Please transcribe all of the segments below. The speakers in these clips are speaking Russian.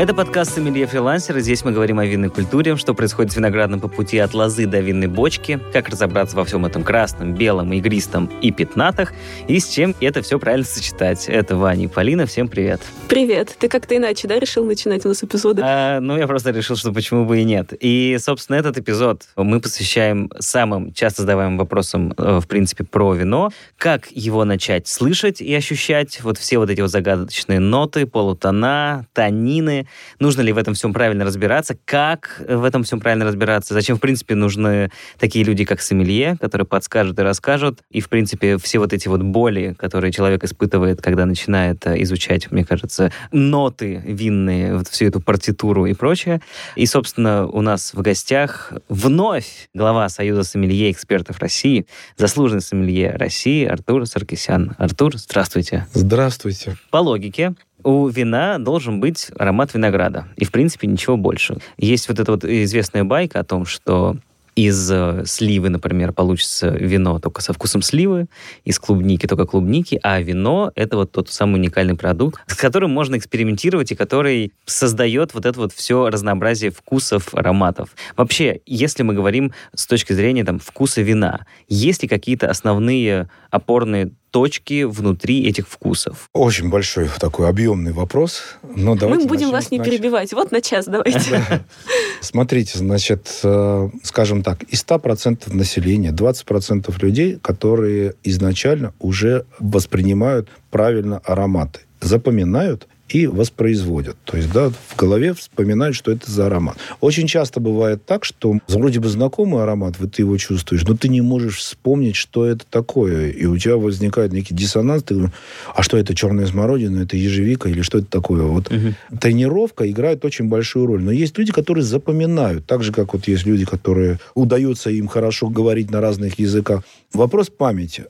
Это подкаст «Сомелье фрилансер», и здесь мы говорим о винной культуре, что происходит с виноградом по пути от лозы до винной бочки, как разобраться во всем этом красном, белом, игристом и пятнатых, и с чем это все правильно сочетать. Это Ваня и Полина. Всем привет. Привет. Ты как-то иначе, да, решил начинать у нас эпизоды? Я просто решил, что почему бы и нет. И, собственно, этот эпизод мы посвящаем самым часто задаваемым вопросам, в принципе, про вино. Как его начать слышать и ощущать? Вот все вот эти вот загадочные ноты, полутона, танины. Нужно ли в этом всем правильно разбираться? Как в этом всем правильно разбираться? Зачем, в принципе, нужны такие люди, как сомелье, которые подскажут и расскажут? И, в принципе, все вот эти вот боли, которые человек испытывает, когда начинает изучать, мне кажется, ноты винные, вот всю эту партитуру и прочее. И, собственно, у нас в гостях вновь глава Союза сомелье экспертов России, заслуженный сомелье России Артур Саркисян. Артур, здравствуйте. Здравствуйте. По логике, у вина должен быть аромат винограда. И, в принципе, ничего больше. Есть вот эта вот известная байка о том, что из сливы, например, получится вино только со вкусом сливы, из клубники только клубники, а вино — это вот тот самый уникальный продукт, с которым можно экспериментировать и который создает вот это вот все разнообразие вкусов, ароматов. Вообще, если мы говорим с точки зрения вкуса вина, есть ли какие-то основные опорные точки внутри этих вкусов? Очень большой такой объемный вопрос. Но мы будем вас не перебивать. Вот на час давайте. Смотрите, значит, скажем так, из 100% населения 20% людей, которые изначально уже воспринимают правильно ароматы, запоминают и воспроизводят. То есть, да, в голове вспоминают, что это за аромат. Очень часто бывает так, что вроде бы знакомый аромат, вот ты его чувствуешь, но ты не можешь вспомнить, что это такое. И у тебя возникает некий диссонанс. Ты говоришь, а что это, черная смородина, это ежевика или что это такое? Вот тренировка играет очень большую роль. Но есть люди, которые запоминают. Так же, как вот есть люди, которые удается им хорошо говорить на разных языках. Вопрос памяти.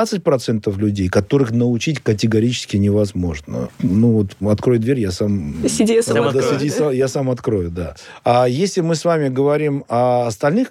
20% людей, которых научить категорически невозможно. Открой дверь, я сам... Сиди, я сам открою. Я сам открою, да. А если мы с вами говорим о остальных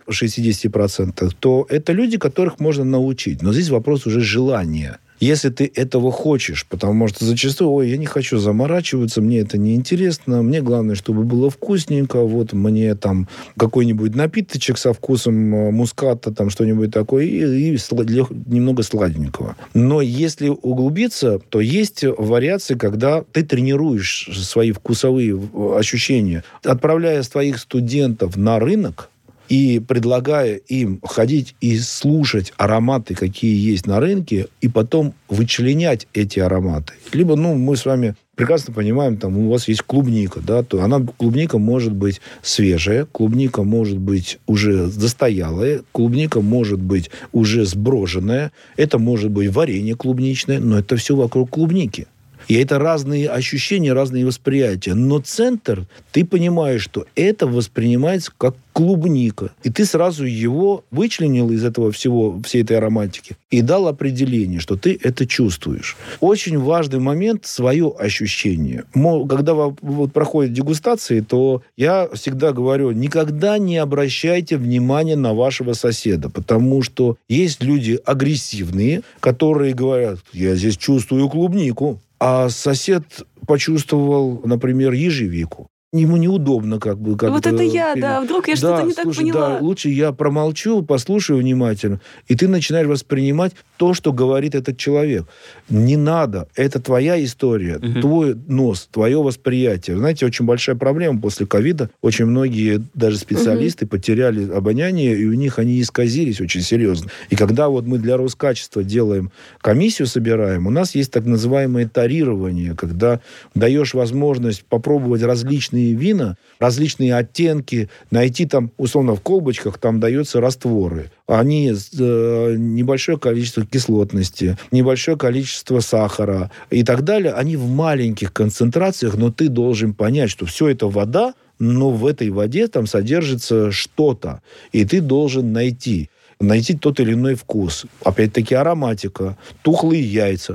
60%, то это люди, которых можно научить. Но здесь вопрос уже желания. Если ты этого хочешь, потому что зачастую, я не хочу заморачиваться, мне это неинтересно, мне главное, чтобы было вкусненько, вот мне какой-нибудь напиточек со вкусом муската, что-нибудь такое, и немного сладенького. Но если углубиться, то есть вариации, когда ты тренируешь свои вкусовые ощущения, отправляя своих студентов на рынок, и предлагая им ходить и слушать ароматы, какие есть на рынке, и потом вычленять эти ароматы. Либо, мы с вами прекрасно понимаем, у вас есть клубника, да, то клубника может быть свежая, клубника может быть уже застоялая, клубника может быть уже сброженная, это может быть варенье клубничное, но это все вокруг клубники. И это разные ощущения, разные восприятия. Но центр, ты понимаешь, что это воспринимается как клубника. И ты сразу его вычленил из этого всей этой ароматики и дал определение, что ты это чувствуешь. Очень важный момент — свое ощущение. Когда проходят дегустации, то я всегда говорю, никогда не обращайте внимания на вашего соседа, потому что есть люди агрессивные, которые говорят, я здесь чувствую клубнику, а сосед почувствовал, например, ежевику. Ему неудобно Вот это я, да, вдруг я что-то не так поняла. Да, лучше я промолчу, послушаю внимательно, и ты начинаешь воспринимать то, что говорит этот человек. Не надо, это твоя история, твой нос, твое восприятие. Знаете, очень большая проблема после ковида. Очень многие, даже специалисты, потеряли обоняние, и у них они исказились очень серьезно. И когда мы для Роскачества делаем комиссию, собираем, у нас есть так называемое тарирование, когда даешь возможность попробовать различные вина, различные оттенки, найти условно, в колбочках даются растворы. Они небольшое количество кислотности, небольшое количество сахара и так далее. Они в маленьких концентрациях, но ты должен понять, что все это вода, но в этой воде содержится что-то. И ты должен найти тот или иной вкус. Опять-таки ароматика, тухлые яйца.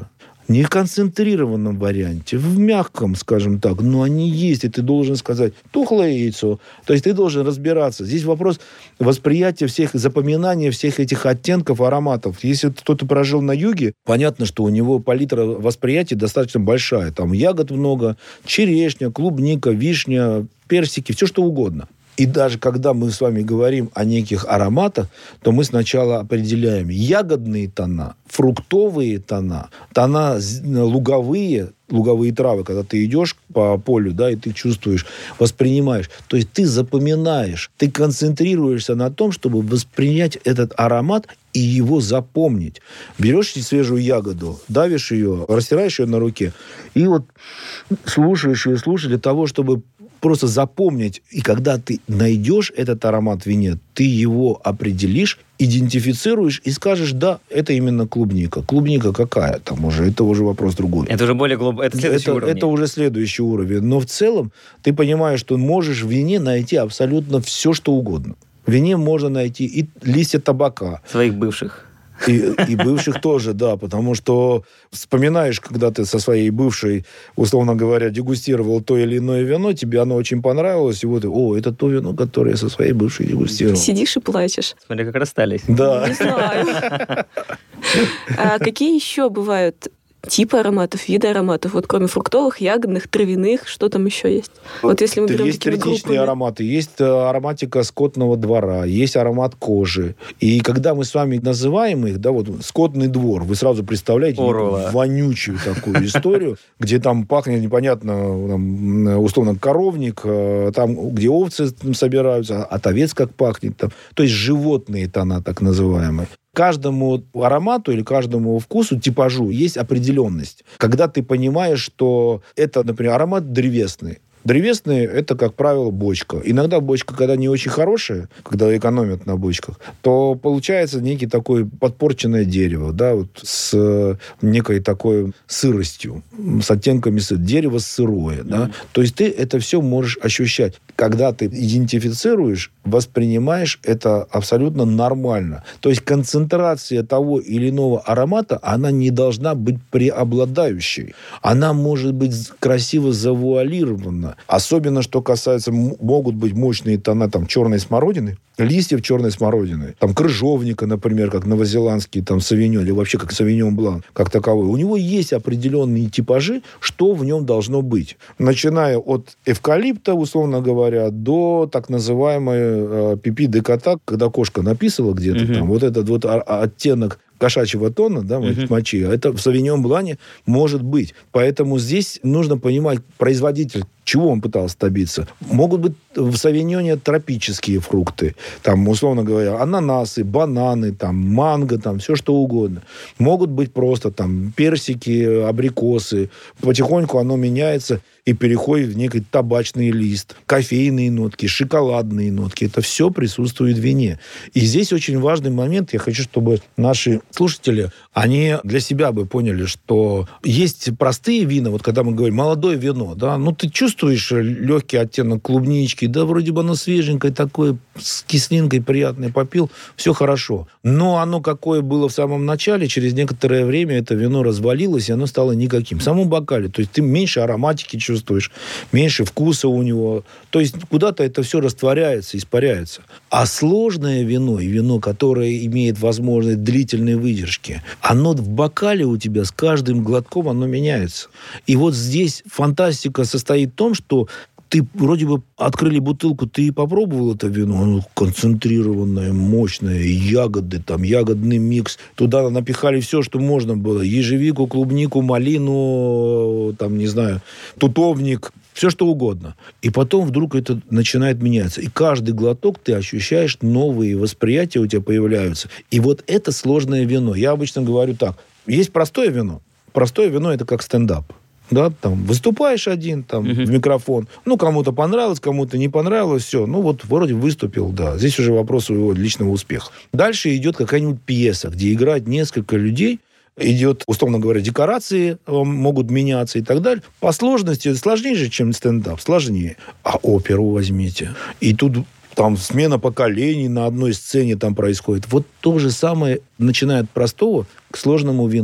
Не в концентрированном варианте, в мягком, скажем так, но они есть, и ты должен сказать тухлое яйцо. То есть ты должен разбираться. Здесь вопрос восприятия всех, запоминания всех этих оттенков, ароматов. Если кто-то прожил на юге, понятно, что у него палитра восприятия достаточно большая. Там ягод много, черешня, клубника, вишня, персики, все что угодно. И даже когда мы с вами говорим о неких ароматах, то мы сначала определяем ягодные тона, фруктовые тона, луговые травы, когда ты идешь по полю, да, и ты чувствуешь, воспринимаешь. То есть ты запоминаешь, ты концентрируешься на том, чтобы воспринять этот аромат и его запомнить. Берешь свежую ягоду, давишь ее, растираешь ее на руке, и вот слушаешь ее, слушаешь для того, чтобы просто запомнить. И когда ты найдешь этот аромат в вине, ты его определишь, идентифицируешь и скажешь, да, это именно клубника. Клубника какая там уже? Это уже вопрос другой. Это уже более глубоко. Это следующий уровень. Это уже следующий уровень. Но в целом ты понимаешь, что можешь в вине найти абсолютно все, что угодно. В вине можно найти и листья табака. Своих бывших. И бывших тоже, да, потому что вспоминаешь, когда ты со своей бывшей, условно говоря, дегустировал то или иное вино, тебе оно очень понравилось, и вот, это то вино, которое я со своей бывшей дегустировал. Сидишь и плачешь. Смотри, как расстались. Да. Не знаю. А какие еще бывают типы ароматов, виды ароматов, вот кроме фруктовых, ягодных, травяных, что там еще есть? Вот если мы берем есть такими третичные группами. ароматы, есть ароматика скотного двора, есть аромат кожи. И когда мы с вами называем их, да, вот скотный двор, вы сразу представляете вонючую такую историю, где там пахнет непонятно, условно, коровник, там, где овцы собираются, от овец как пахнет. Там. То есть животные тона, так называемые. Каждому аромату или каждому вкусу, типажу есть определенность. Когда ты понимаешь, что это, например, аромат древесный. Древесный – это, как правило, бочка. Иногда бочка, когда не очень хорошая, когда экономят на бочках, то получается некий такой подпорченное дерево, да, вот с некой такой сыростью, с оттенками сыра. Дерево сырое, да. То есть ты это все можешь ощущать. Когда ты идентифицируешь, воспринимаешь это абсолютно нормально. То есть концентрация того или иного аромата, она не должна быть преобладающей. Она может быть красиво завуалирована. Особенно, что касается, могут быть мощные тона там, черной смородины, листьев черной смородины, там, крыжовника, например, как новозеландский там, савиньон, или вообще как савиньон блан, как таковой. У него есть определенные типажи, что в нем должно быть. Начиная от эвкалипта, условно говоря, до так называемой пипи де кота, когда кошка написала где-то там, вот этот вот оттенок кошачьего тона, да, мочи, а это в савиньон блане может быть. Поэтому здесь нужно понимать, производитель, чего он пытался добиться. Могут быть в савиньоне тропические фрукты, там, условно говоря, ананасы, бананы, там, манго, там, все что угодно. Могут быть просто там персики, абрикосы. Потихоньку оно меняется и переходит в некий табачный лист, кофейные нотки, шоколадные нотки. Это все присутствует в вине. И здесь очень важный момент. Я хочу, чтобы наши слушатели, они для себя бы поняли, что есть простые вина, вот когда мы говорим молодое вино, да, ну ты чувствуешь легкий оттенок клубнички, да, вроде бы оно свеженькое такое, с кислинкой приятное попил, все хорошо. Но оно какое было в самом начале, через некоторое время это вино развалилось, и оно стало никаким. В самом бокале, то есть ты меньше ароматики чувствуешь, меньше вкуса у него. То есть куда-то это все растворяется, испаряется. А сложное вино, и вино, которое имеет возможность длительной выдержки, оно в бокале у тебя с каждым глотком оно меняется. И вот здесь фантастика состоит в том, что ты вроде бы открыли бутылку, ты попробовал это вино, оно концентрированное, мощное, ягоды, там, ягодный микс. Туда напихали все, что можно было. Ежевику, клубнику, малину, там, не знаю, тутовник, все что угодно. И потом вдруг это начинает меняться. И каждый глоток ты ощущаешь новые восприятия у тебя появляются. И вот это сложное вино. Я обычно говорю так. Есть простое вино. Простое вино – это как стендап. Да, там, выступаешь один, там, в микрофон. Ну, кому-то понравилось, кому-то не понравилось, все. Ну, вот вроде выступил, да. Здесь уже вопрос своего личного успеха. Дальше идет какая-нибудь пьеса, где играет несколько людей, идет, условно говоря, декорации могут меняться и так далее. По сложности сложнее же, чем стендап, сложнее. А оперу возьмите. И тут там смена поколений на одной сцене там происходит. Вот то же самое, начиная от простого к сложному вину.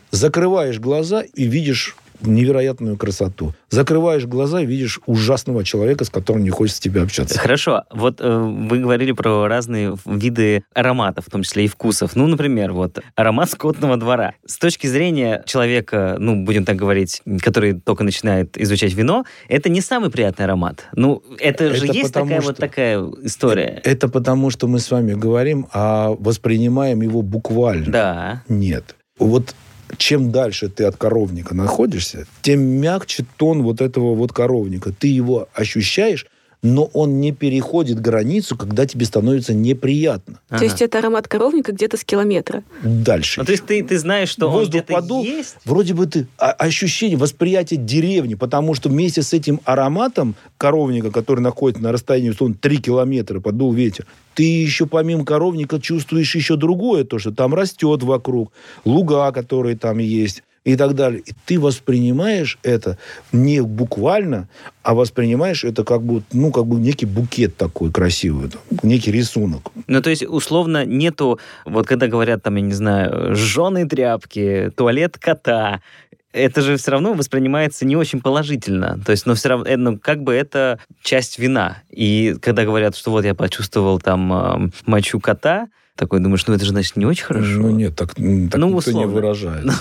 Закрываешь глаза и видишь невероятную красоту. Закрываешь глаза и видишь ужасного человека, с которым не хочется тебе общаться. Хорошо. Вот вы говорили про разные виды ароматов, в том числе и вкусов. Ну, например, вот аромат скотного двора. С точки зрения человека, ну, будем так говорить, который только начинает изучать вино, это не самый приятный аромат. Ну, это же есть такая история. Это потому, что мы с вами говорим, а воспринимаем его буквально. Да. Нет. Вот чем дальше ты от коровника находишься, тем мягче тон вот этого вот коровника. Ты его ощущаешь, но он не переходит границу, когда тебе становится неприятно. То есть это аромат коровника где-то с километра. Дальше. Ну, то есть ты знаешь, что он где-то подул, есть? Вроде бы ты ощущение, восприятие деревни, потому что вместе с этим ароматом коровника, который находится на расстоянии, условно, 3 километра, подул ветер, ты еще помимо коровника чувствуешь еще другое, то, что там растет вокруг, луга, которые там есть, и так далее. И ты воспринимаешь это не буквально, а воспринимаешь это как бы некий букет такой красивый, некий рисунок. Ну, то есть, условно, нету, вот когда говорят, там, я не знаю, жженые тряпки, туалет кота, это же все равно воспринимается не очень положительно. То есть, но все равно, как бы это часть вина. И когда говорят, что вот я почувствовал там мочу кота, такой думаешь, ну это же, значит, не очень хорошо. Ну нет, так никто не выражается.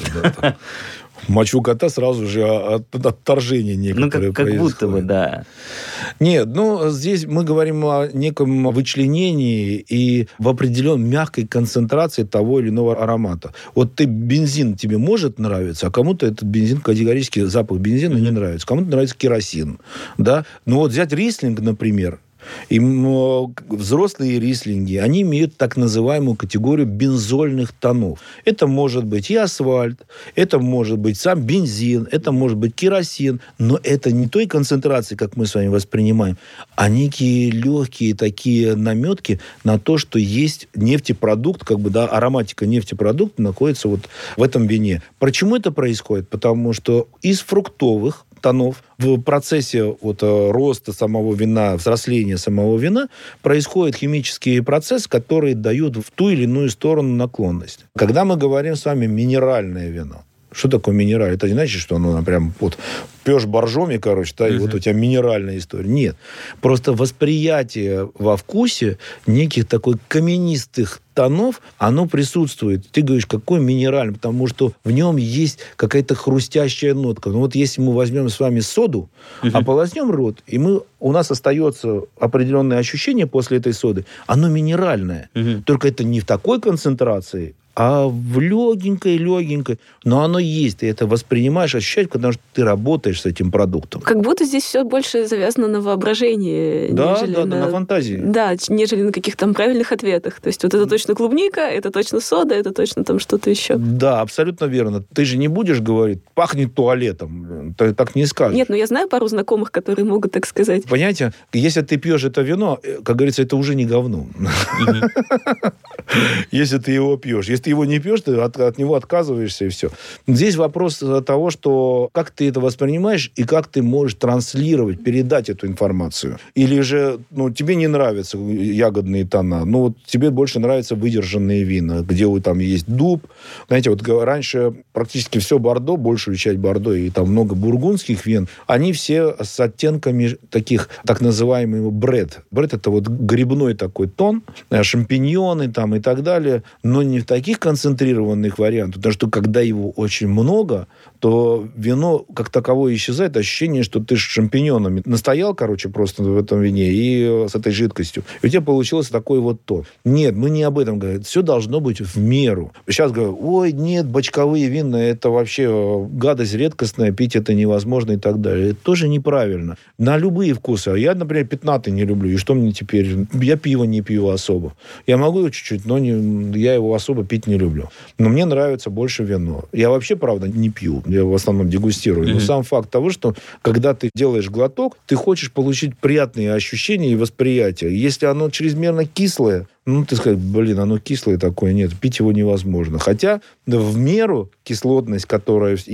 Мочу кота, сразу же отторжение некоторое происходит. Как будто бы, да. Нет, здесь мы говорим о неком вычленении и в определенной мягкой концентрации того или иного аромата. Вот бензин тебе может нравиться, а кому-то этот бензин, категорически запах бензина не нравится. Кому-то нравится керосин, да. Но вот взять рислинг, например, и взрослые рислинги, они имеют так называемую категорию бензольных тонов. Это может быть и асфальт, это может быть сам бензин, это может быть керосин, но это не той концентрации, как мы с вами воспринимаем, а некие легкие такие наметки на то, что есть нефтепродукт, ароматика нефтепродукта находится вот в этом вине. Почему это происходит? Потому что из фруктовых тонов в процессе роста самого вина, взросления самого вина происходит химический процесс, который дает в ту или иную сторону наклонность. Когда мы говорим с вами минеральное вино, что такое минеральное? Это не значит, что оно прям пьешь боржоми, и вот у тебя минеральная история. Нет. Просто восприятие во вкусе неких такой каменистых тонов, оно присутствует. Ты говоришь, какой минеральный, потому что в нем есть какая-то хрустящая нотка. Ну вот если мы возьмем с вами соду, ополоснем рот, и у нас остается определенное ощущение после этой соды, оно минеральное. Только это не в такой концентрации, а в легенькой, но оно есть. Ты это воспринимаешь, ощущаешь, потому что ты работаешь с этим продуктом. Как будто здесь все больше завязано на воображении, нежели на фантазии. Да, нежели на каких-то там правильных ответах. То есть вот это точно клубника, это точно сода, это точно там что-то еще. Да, абсолютно верно. Ты же не будешь говорить, пахнет туалетом. Ты так не скажешь. Нет, я знаю пару знакомых, которые могут так сказать. Понимаете, если ты пьешь это вино, как говорится, это уже не говно. Если ты его пьешь. Если ты его не пьешь, ты от него отказываешься, и все. Здесь вопрос того, что как ты это воспринимаешь и как ты можешь транслировать, передать эту информацию. Или же тебе не нравятся ягодные тона, тебе больше нравятся выдержанные вина, где там есть дуб. Знаете, раньше практически все Бордо, большую часть Бордо, и там много бургундских вин, они все с оттенками таких, так называемого бред. Бред — это грибной такой тон, шампиньоны там и так далее, но не в таких концентрированных вариантах, потому что когда его очень много, то вино как таковое исчезает, ощущение, что ты с шампиньонами настоял, просто в этом вине и с этой жидкостью. И у тебя получился такой тон. Нет, мы не об этом говорим. Все должно быть в меру. Сейчас говорю, ой, нет, бочковые вина, это вообще гадость редкостная, пить это невозможно и так далее. Это тоже неправильно. На любые вкусы. Я, например, пятнатый не люблю. И что мне теперь? Я пиво не пью особо. Я могу его чуть-чуть, но я его особо пить не люблю. Но мне нравится больше вино. Я вообще, правда, не пью. Я в основном дегустирую. Но сам факт того, что когда ты делаешь глоток, ты хочешь получить приятные ощущения и восприятия. Если оно чрезмерно кислое, ты скажешь, оно кислое такое, нет, пить его невозможно. Хотя в меру кислотность, которая есть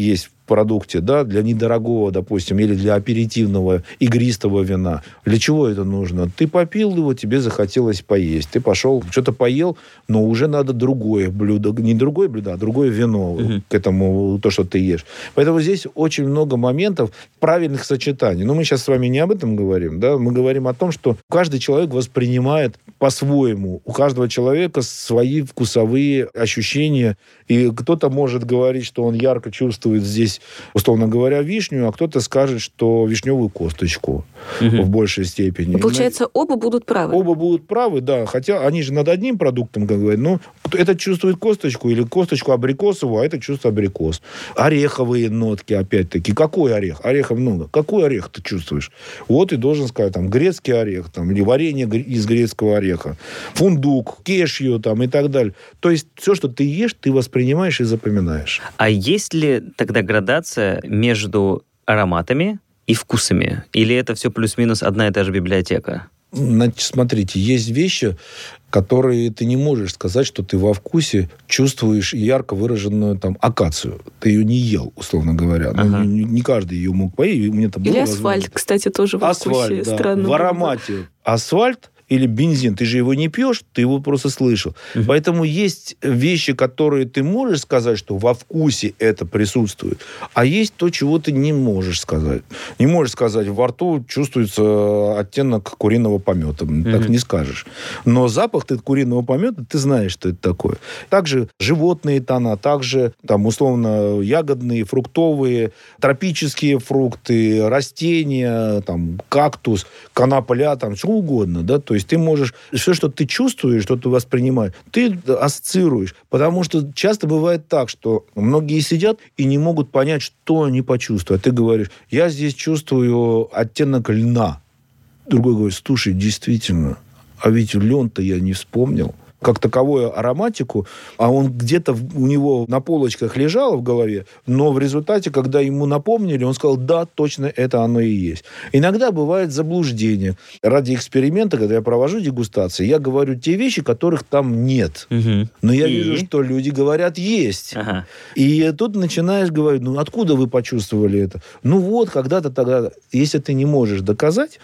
продукте, да, для недорогого, допустим, или для аперитивного игристого вина. Для чего это нужно? Ты попил его, тебе захотелось поесть. Ты пошел, что-то поел, но уже надо другое блюдо. Не другое блюдо, а другое вино к этому, то, что ты ешь. Поэтому здесь очень много моментов правильных сочетаний. Но мы сейчас с вами не об этом говорим, да, мы говорим о том, что каждый человек воспринимает по-своему. У каждого человека свои вкусовые ощущения. И кто-то может говорить, что он ярко чувствует здесь, условно говоря, вишню, а кто-то скажет, что вишневую косточку в большей степени. Получается, оба будут правы. Оба будут правы, да. Хотя они же над одним продуктом, как говорят. Ну, этот чувствует косточку или косточку абрикосовую, а этот чувствует абрикос. Ореховые нотки, опять-таки. Какой орех? Орехов много. Какой орех ты чувствуешь? Вот и должен сказать, там, грецкий орех, там, или варенье из грецкого ореха, фундук, кешью, там, и так далее. То есть все, что ты ешь, ты воспринимаешь и запоминаешь. А есть ли тогда градация между ароматами и вкусами? Или это все плюс-минус одна и та же библиотека? Значит, смотрите, есть вещи, которые ты не можешь сказать, что ты во вкусе чувствуешь ярко выраженную там акацию. Ты ее не ел, условно говоря. Ну, не каждый ее мог поесть. Или асфальт, кстати, тоже во вкусе. Да. Странно. В аромате асфальт или бензин, ты же его не пьешь, ты его просто слышал. Поэтому есть вещи, которые ты можешь сказать, что во вкусе это присутствует, а есть то, чего ты не можешь сказать. Не можешь сказать, во рту чувствуется оттенок куриного помета. Так не скажешь. Но запах куриного помета, ты знаешь, что это такое. Также животные тона, также там, условно, ягодные, фруктовые, тропические фрукты, растения, там, кактус, конопля, там, что угодно, да, то есть ты можешь... Все, что ты чувствуешь, что ты воспринимаешь, ты ассоциируешь. Потому что часто бывает так, что многие сидят и не могут понять, что они почувствуют. А ты говоришь, я здесь чувствую оттенок льна. Другой говорит, слушай, действительно, а ведь лен-то я не вспомнил. Как таковую ароматику, а он где-то у него на полочках лежал в голове, но в результате, когда ему напомнили, он сказал, да, точно это оно и есть. Иногда бывает заблуждение. Ради эксперимента, когда я провожу дегустации, я говорю те вещи, которых там нет. Но я вижу, что люди говорят есть. И тут начинаешь говорить, ну, откуда вы почувствовали это? Ну, вот, когда-то тогда. Если ты не можешь доказать...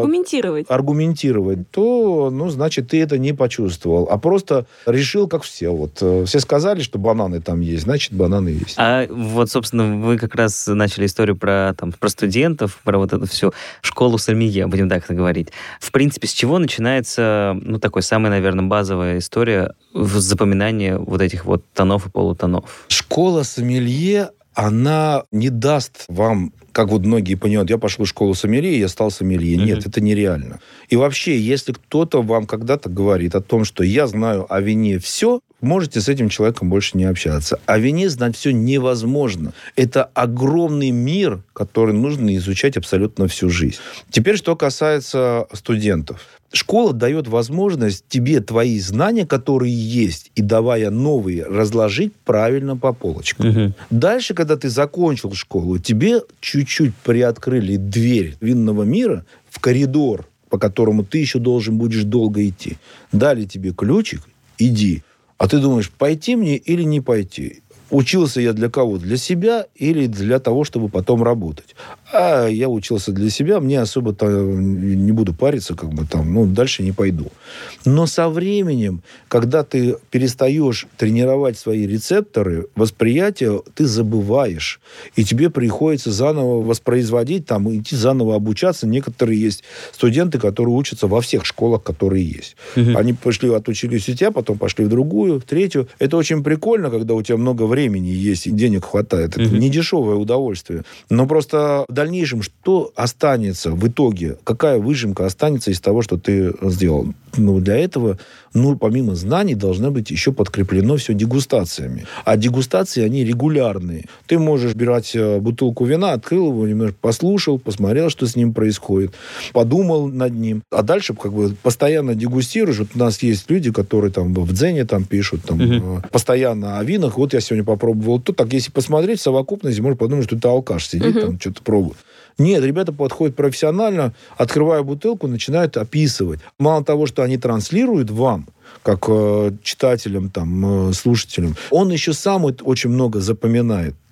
Аргументировать, то, ну, значит, ты это не почувствовал. А просто решил, как все. Вот все сказали, что бананы там есть, значит, бананы есть. А вот, собственно, вы как раз начали историю про студентов, про вот эту всю школу сомелье, будем так говорить. В принципе, с чего начинается, ну, такой самая, наверное, базовая история в запоминании вот этих вот тонов и полутонов? Школа сомелье, она не даст вам, как вот многие понимают, я пошел в школу сомелье, я стал сомелье. Нет, это нереально. И вообще, если кто-то вам когда-то говорит о том, что я знаю о вине все, можете с этим человеком больше не общаться. О вине знать все невозможно. Это огромный мир, который нужно изучать абсолютно всю жизнь. Теперь, что касается студентов. Школа дает возможность тебе твои знания, которые есть, и давая новые, разложить правильно по полочкам. Дальше, когда ты закончил школу, тебе чуть-чуть приоткрыли дверь винного мира в коридор, по которому ты еще должен будешь долго идти. Дали тебе ключик, иди. А ты думаешь, пойти мне или не пойти? Учился я для кого? Для себя или для того, чтобы потом работать? А я учился для себя, мне особо-то не буду париться, как бы там, ну, дальше не пойду. Но со временем, когда ты перестаешь тренировать свои рецепторы, восприятие, ты забываешь. И тебе приходится заново воспроизводить, там, идти заново обучаться. Некоторые есть студенты, которые учатся во всех школах, которые есть. Они отучились у тебя, потом пошли в другую, в третью. Это очень прикольно, когда у тебя много времени есть и денег хватает. Это не дешевое удовольствие. Но просто в дальнейшем что останется в итоге? Какая выжимка останется из того, что ты сделал? Ну, для этого, ну, помимо знаний, должно быть еще подкреплено все дегустациями. А дегустации, они регулярные. Ты можешь брать бутылку вина, открыл его, немножко послушал, посмотрел, что с ним происходит, подумал над ним. А дальше как бы постоянно дегустируешь. Вот у нас есть люди, которые там в Дзене там пишут, там, постоянно о винах. Вот я сегодня попробовал то. Так, если посмотреть в совокупности, можно подумать, что это алкаш сидит, там, что-то пробует. Нет, ребята подходят профессионально, открывая бутылку, начинают описывать. Мало того, что они транслируют вам, как читателям, там, слушателям, он еще сам очень много запоминает.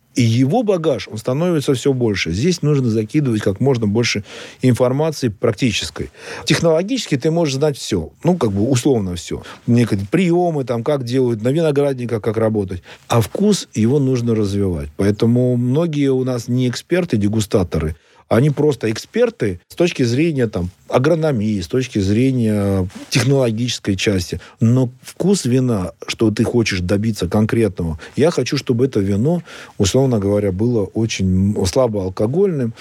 И его багаж, он становится все больше. Здесь нужно закидывать как можно больше информации практической. Технологически ты можешь знать все. Условно все. Некоторые приемы, как делают на виноградниках, как работать. А вкус, его нужно развивать. Поэтому многие у нас не эксперты, дегустаторы, они просто эксперты с точки зрения агрономии, с точки зрения технологической части. Но вкус вина, что ты хочешь добиться конкретного, я хочу, чтобы это вино, условно говоря, было очень слабоалкогольным.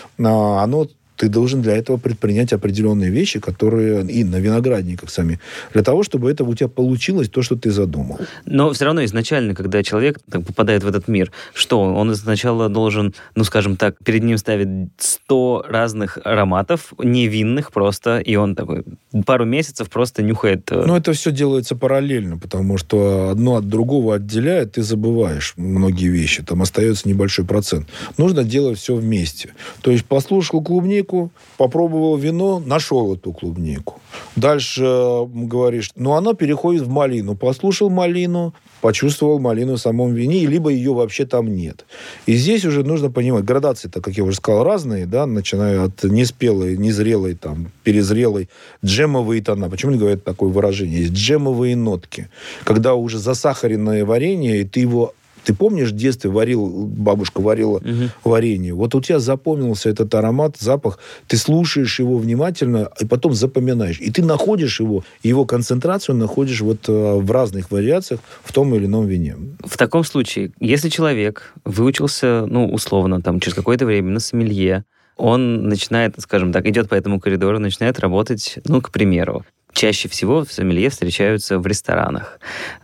Ты должен для этого предпринять определенные вещи, которые и на виноградниках сами, для того, чтобы это у тебя получилось то, что ты задумал. Но все равно изначально, когда человек попадает в этот мир, что он сначала должен, перед ним ставить 100 разных ароматов, невинных просто, и он такой пару месяцев просто нюхает. Это все делается параллельно, потому что одно от другого отделяет, ты забываешь многие вещи, там остается небольшой процент. Нужно делать все вместе. То есть послушал клубнику, попробовал вино, нашел эту клубнику. Дальше говоришь, оно переходит в малину. Послушал малину, почувствовал малину в самом вине, либо ее вообще там нет. И здесь уже нужно понимать, градации-то, как я уже сказал, разные, да, начиная от неспелой, незрелой, перезрелой, джемовые тона. Почему не говорят такое выражение? Есть джемовые нотки. Когда уже засахаренное варенье, и ты помнишь, в детстве бабушка варила варенье? Вот у тебя запомнился этот аромат, запах, ты слушаешь его внимательно, и потом запоминаешь. И ты находишь его концентрацию находишь в разных вариациях в том или ином вине. В таком случае, если человек выучился, условно, через какое-то время на сомелье, он начинает, идет по этому коридору, начинает работать, к примеру. Чаще всего сомелье встречаются в ресторанах.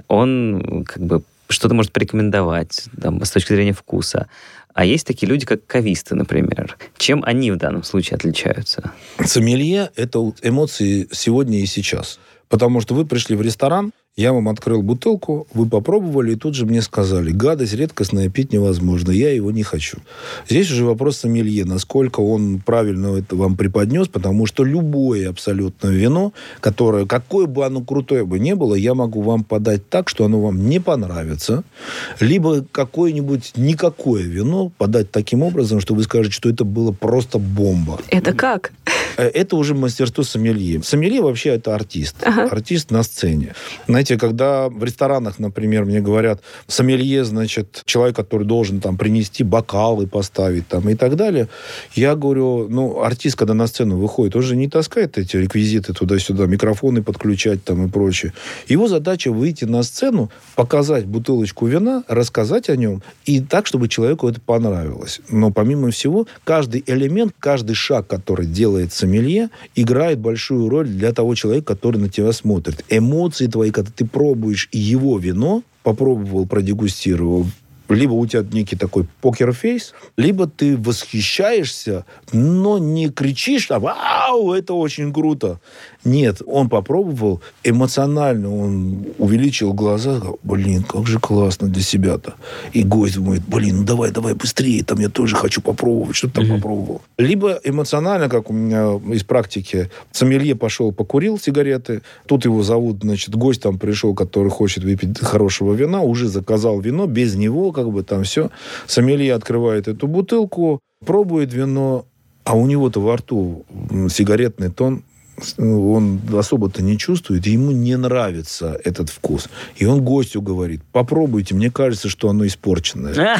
Он что-то может порекомендовать с точки зрения вкуса. А есть такие люди, как кависты, например. Чем они в данном случае отличаются? Сомелье – это эмоции сегодня и сейчас. Потому что вы пришли в ресторан, я вам открыл бутылку, вы попробовали, и тут же мне сказали, гадость редкостная, пить невозможно, я его не хочу. Здесь уже вопрос сомелье, насколько он правильно это вам преподнес, потому что любое абсолютно вино, которое, какое бы оно крутое бы не было, я могу вам подать так, что оно вам не понравится, либо какое-нибудь никакое вино подать таким образом, что вы скажете, что это было просто бомба. Это как? Это уже мастерство сомелье. Сомелье вообще это артист. Ага. Артист на сцене. Знаете, когда в ресторанах, например, мне говорят, сомелье, человек, который должен принести бокалы, поставить и так далее, я говорю, артист, когда на сцену выходит, он же не таскает эти реквизиты туда-сюда, микрофоны подключать и прочее. Его задача выйти на сцену, показать бутылочку вина, рассказать о нем, и так, чтобы человеку это понравилось. Но помимо всего, каждый элемент, каждый шаг, который делает сомелье, играет большую роль для того человека, который на тебя смотрит. Эмоции твои, когда ты пробуешь его вино, попробовал, продегустировал, либо у тебя некий такой покер-фейс, либо ты восхищаешься, но не кричишь, вау, это очень круто. Нет, он попробовал, эмоционально он увеличил глаза, как же классно для себя-то. И гость думает, давай быстрее, я тоже хочу попробовать, что ты там попробовал. Либо эмоционально, как у меня из практики, сомелье пошел, покурил сигареты, тут его зовут, гость пришел, который хочет выпить хорошего вина, уже заказал вино, без него, все. Сомелье открывает эту бутылку, пробует вино, а у него-то во рту сигаретный тон, он особо-то не чувствует, и ему не нравится этот вкус. И он гостю говорит, попробуйте, мне кажется, что оно испорченное.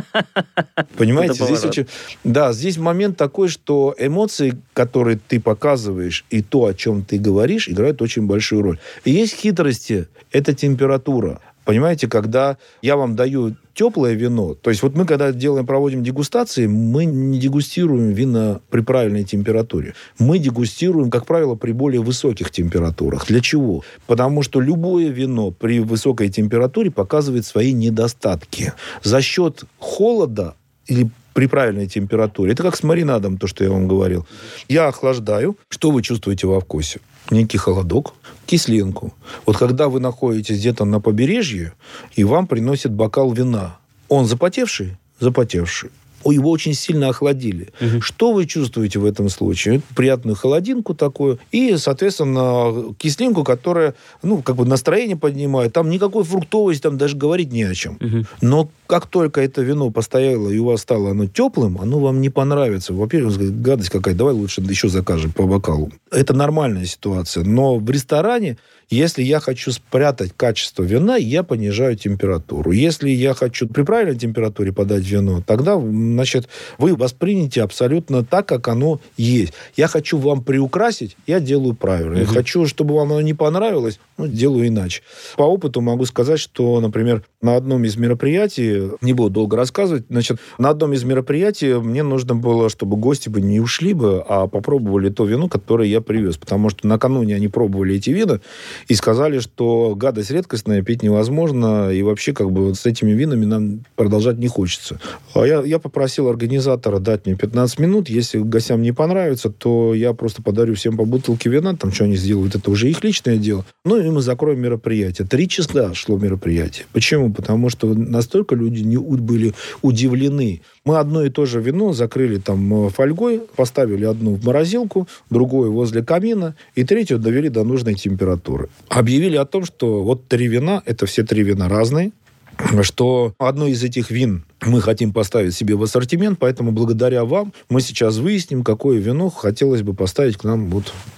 Понимаете? Здесь момент такой, что эмоции, которые ты показываешь, и то, о чем ты говоришь, играют очень большую роль. И есть хитрости, это температура. Понимаете, когда я вам даю теплое вино, то есть мы, когда проводим дегустации, мы не дегустируем вина при правильной температуре. Мы дегустируем, как правило, при более высоких температурах. Для чего? Потому что любое вино при высокой температуре показывает свои недостатки. За счет холода или при правильной температуре. Это как с маринадом, то, что я вам говорил. Я охлаждаю. Что вы чувствуете во вкусе? Некий холодок, кислинку. Когда вы находитесь где-то на побережье, и вам приносят бокал вина. Он запотевший? Запотевший. его очень сильно охладили. Что вы чувствуете в этом случае? Приятную холодинку такую и, соответственно, кислинку, которая, настроение поднимает. Там никакой фруктовости, там даже говорить не о чем. Но как только это вино постояло, и у вас стало оно теплым, оно вам не понравится. Во-первых, гадость какая, давай лучше еще закажем по бокалу. Это нормальная ситуация. Но в ресторане, если я хочу спрятать качество вина, я понижаю температуру. Если я хочу при правильной температуре подать вино, тогда, значит, вы воспримете абсолютно так, как оно есть. Я хочу вам приукрасить, я делаю правильно. Я хочу, чтобы вам оно не понравилось, делаю иначе. По опыту могу сказать, что, например, на одном из мероприятий, не буду долго рассказывать, значит, на одном из мероприятий мне нужно было, чтобы гости бы не ушли бы, а попробовали то вино, которое я привез. Потому что накануне они пробовали эти вина и сказали, что гадость редкостная, пить невозможно, и вообще с этими винами нам продолжать не хочется. А я попросил организатора дать мне 15 минут. Если гостям не понравится, то я просто подарю всем по бутылке вина, там что они сделают, это уже их личное дело. И мы закроем мероприятие. 3 часа шло мероприятие. Почему? Потому что настолько люди не были удивлены. Мы одно и то же вино закрыли там фольгой, поставили одну в морозилку, другую возле камина, и третью довели до нужной температуры. Объявили о том, что 3 вина, это все 3 вина разные, что одно из этих вин мы хотим поставить себе в ассортимент, поэтому благодаря вам мы сейчас выясним, какое вино хотелось бы поставить к нам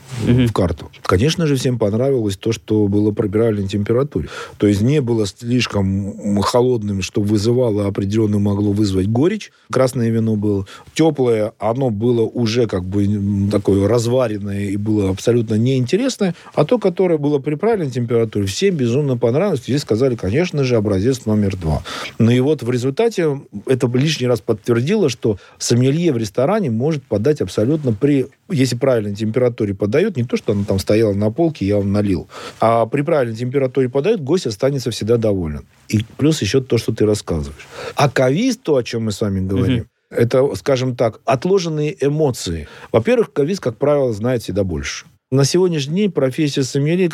в карту. Конечно же, всем понравилось то, что было при правильной температуре. То есть не было слишком холодным, что вызывало определенно, могло вызвать горечь. Красное вино было теплое, оно было уже такое разваренное и было абсолютно неинтересное. А то, которое было при правильной температуре, всем безумно понравилось. Здесь сказали, конечно же, образец номер 2. Ну и в результате это лишний раз подтвердило, что сомелье в ресторане может подать абсолютно если правильной температуре подает, не то, что она там стояла на полке, я вам налил, а при правильной температуре подает, гость останется всегда доволен. И плюс еще то, что ты рассказываешь. А кавиз, то, о чем мы с вами говорим, это, скажем так, отложенные эмоции. Во-первых, кавиз, как правило, знает всегда больше. На сегодняшний день профессия сомелье,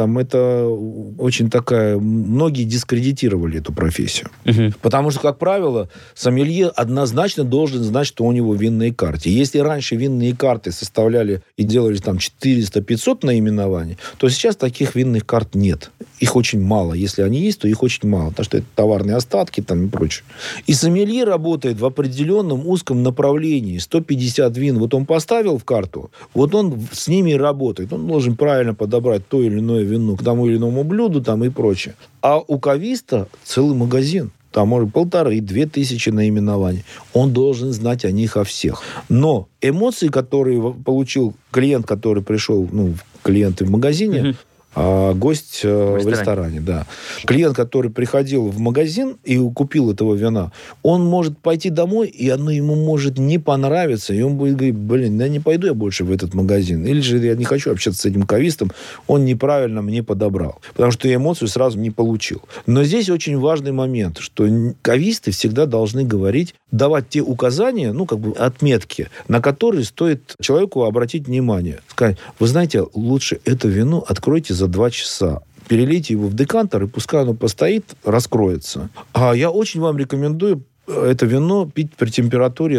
это очень такая... Многие дискредитировали эту профессию. Потому что, как правило, сомелье однозначно должен знать, что у него в винной карте. Если раньше винные карты составляли и делались 400-500 наименований, то сейчас таких винных карт нет. Их очень мало. Если они есть, то их очень мало. Потому что это товарные остатки и прочее. И сомелье работает в определенном узком направлении. 150 вин он поставил в карту, он с ними работает. Он должен правильно подобрать то или иное вино к тому или иному блюду и прочее. А у кависта целый магазин. Там, может, 1500-2000 наименований. Он должен знать о них о всех. Но эмоции, которые получил клиент, который пришел, клиенты в магазине, а гость в ресторане, да. Клиент, который приходил в магазин и купил этого вина, он может пойти домой, и оно ему может не понравиться, и он будет говорить, не пойду я больше в этот магазин. Или же я не хочу общаться с этим кавистом, он неправильно мне подобрал. Потому что я эмоцию сразу не получил. Но здесь очень важный момент, что кависты всегда должны давать те указания, отметки, на которые стоит человеку обратить внимание. Сказать, вы знаете, лучше это вино откройте за 2 часа. Перелейте его в декантер, и пускай оно постоит, раскроется. А я очень вам рекомендую это вино пить при температуре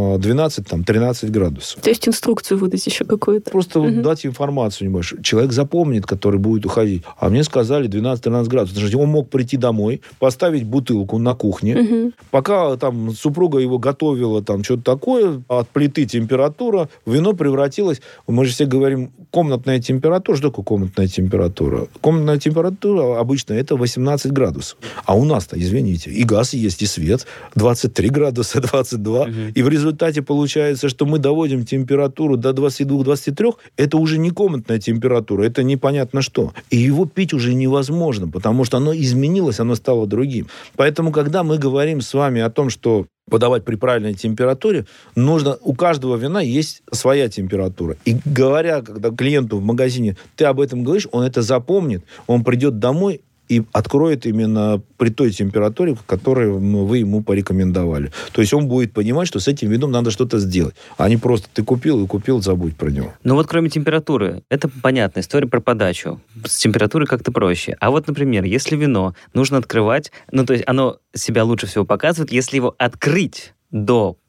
12-13 градусов. То есть инструкцию выдать еще какую-то? Просто дать информацию небольшую. Человек запомнит, который будет уходить. А мне сказали 12-13 градусов. Значит, он мог прийти домой, поставить бутылку на кухне. Пока супруга его готовила что-то такое, от плиты температура, вино превратилось... Мы же все говорим, комнатная температура. Что такое комнатная температура? Комнатная температура обычно это 18 градусов. А у нас-то, извините, и газ есть, и свет... 23 градуса, 22. И в результате получается, что мы доводим температуру до 22-23. Это уже не комнатная температура, это непонятно что. И его пить уже невозможно, потому что оно изменилось, оно стало другим. Поэтому, когда мы говорим с вами о том, что подавать при правильной температуре, у каждого вина есть своя температура. И говоря, когда клиенту в магазине ты об этом говоришь, он это запомнит, он придет домой и откроет именно при той температуре, которую вы ему порекомендовали. То есть он будет понимать, что с этим вином надо что-то сделать. А не просто ты купил, забудь про него. Кроме температуры, это понятная история про подачу. С температурой как-то проще. А например, если вино нужно открывать, то есть оно себя лучше всего показывает, если его открыть до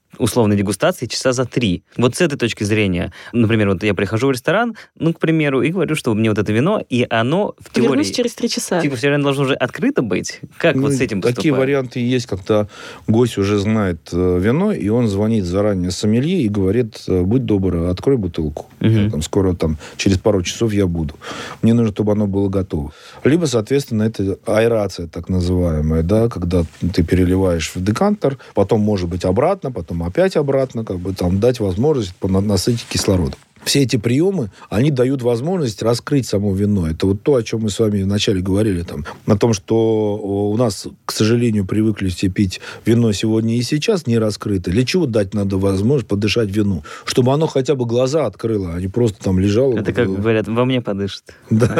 условной дегустации часа за 3. Вот с этой точки зрения, например, вот я прихожу в ресторан, к примеру, и говорю, что мне вот это вино, и оно в теории... Вернусь через 3 часа. Типа все равно должно уже открыто быть? Как вот с этим поступать? Такие варианты есть, когда гость уже знает вино, и он звонит заранее сомелье и говорит: будь добр, открой бутылку. Скоро через пару часов я буду. Мне нужно, чтобы оно было готово. Либо, соответственно, это аэрация так называемая, да, когда ты переливаешь в декантер, потом, может быть, обратно, потом опять обратно, дать возможность насытить кислородом. Все эти приемы, они дают возможность раскрыть само вино. Это вот то, о чем мы с вами вначале говорили. О том, что у нас, к сожалению, привыкли все пить вино сегодня и сейчас не раскрыто. Для чего дать надо возможность подышать вину? Чтобы оно хотя бы глаза открыло, а не просто лежало. Это, как говорят, во мне подышит. Да,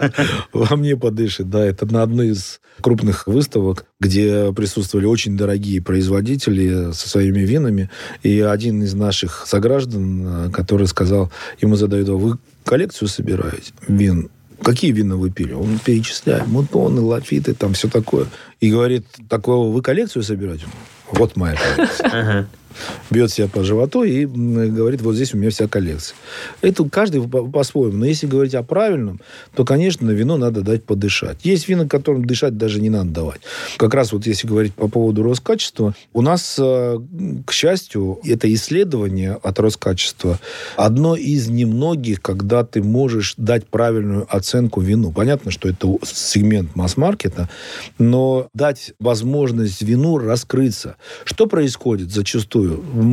во мне подышит, да. Это на одной из крупных выставок, где присутствовали очень дорогие производители со своими винами. И один из наших сограждан, который сказал, ему задают: вы коллекцию собираете вин? Какие вина вы пили? Он перечисляет: Мутоны, Лафиты, все такое. И говорит: такого вы коллекцию собираете? Вот моя коллекция. Бьет себя по животу и говорит: вот здесь у меня вся коллекция. Это каждый по-своему. Но если говорить о правильном, то, конечно, вино надо дать подышать. Есть вина, которым дышать даже не надо давать. Как раз вот если говорить по поводу Роскачества, у нас, к счастью, это исследование от Роскачества одно из немногих, когда ты можешь дать правильную оценку вину. Понятно, что это сегмент масс-маркета, но дать возможность вину раскрыться. Что происходит зачастую?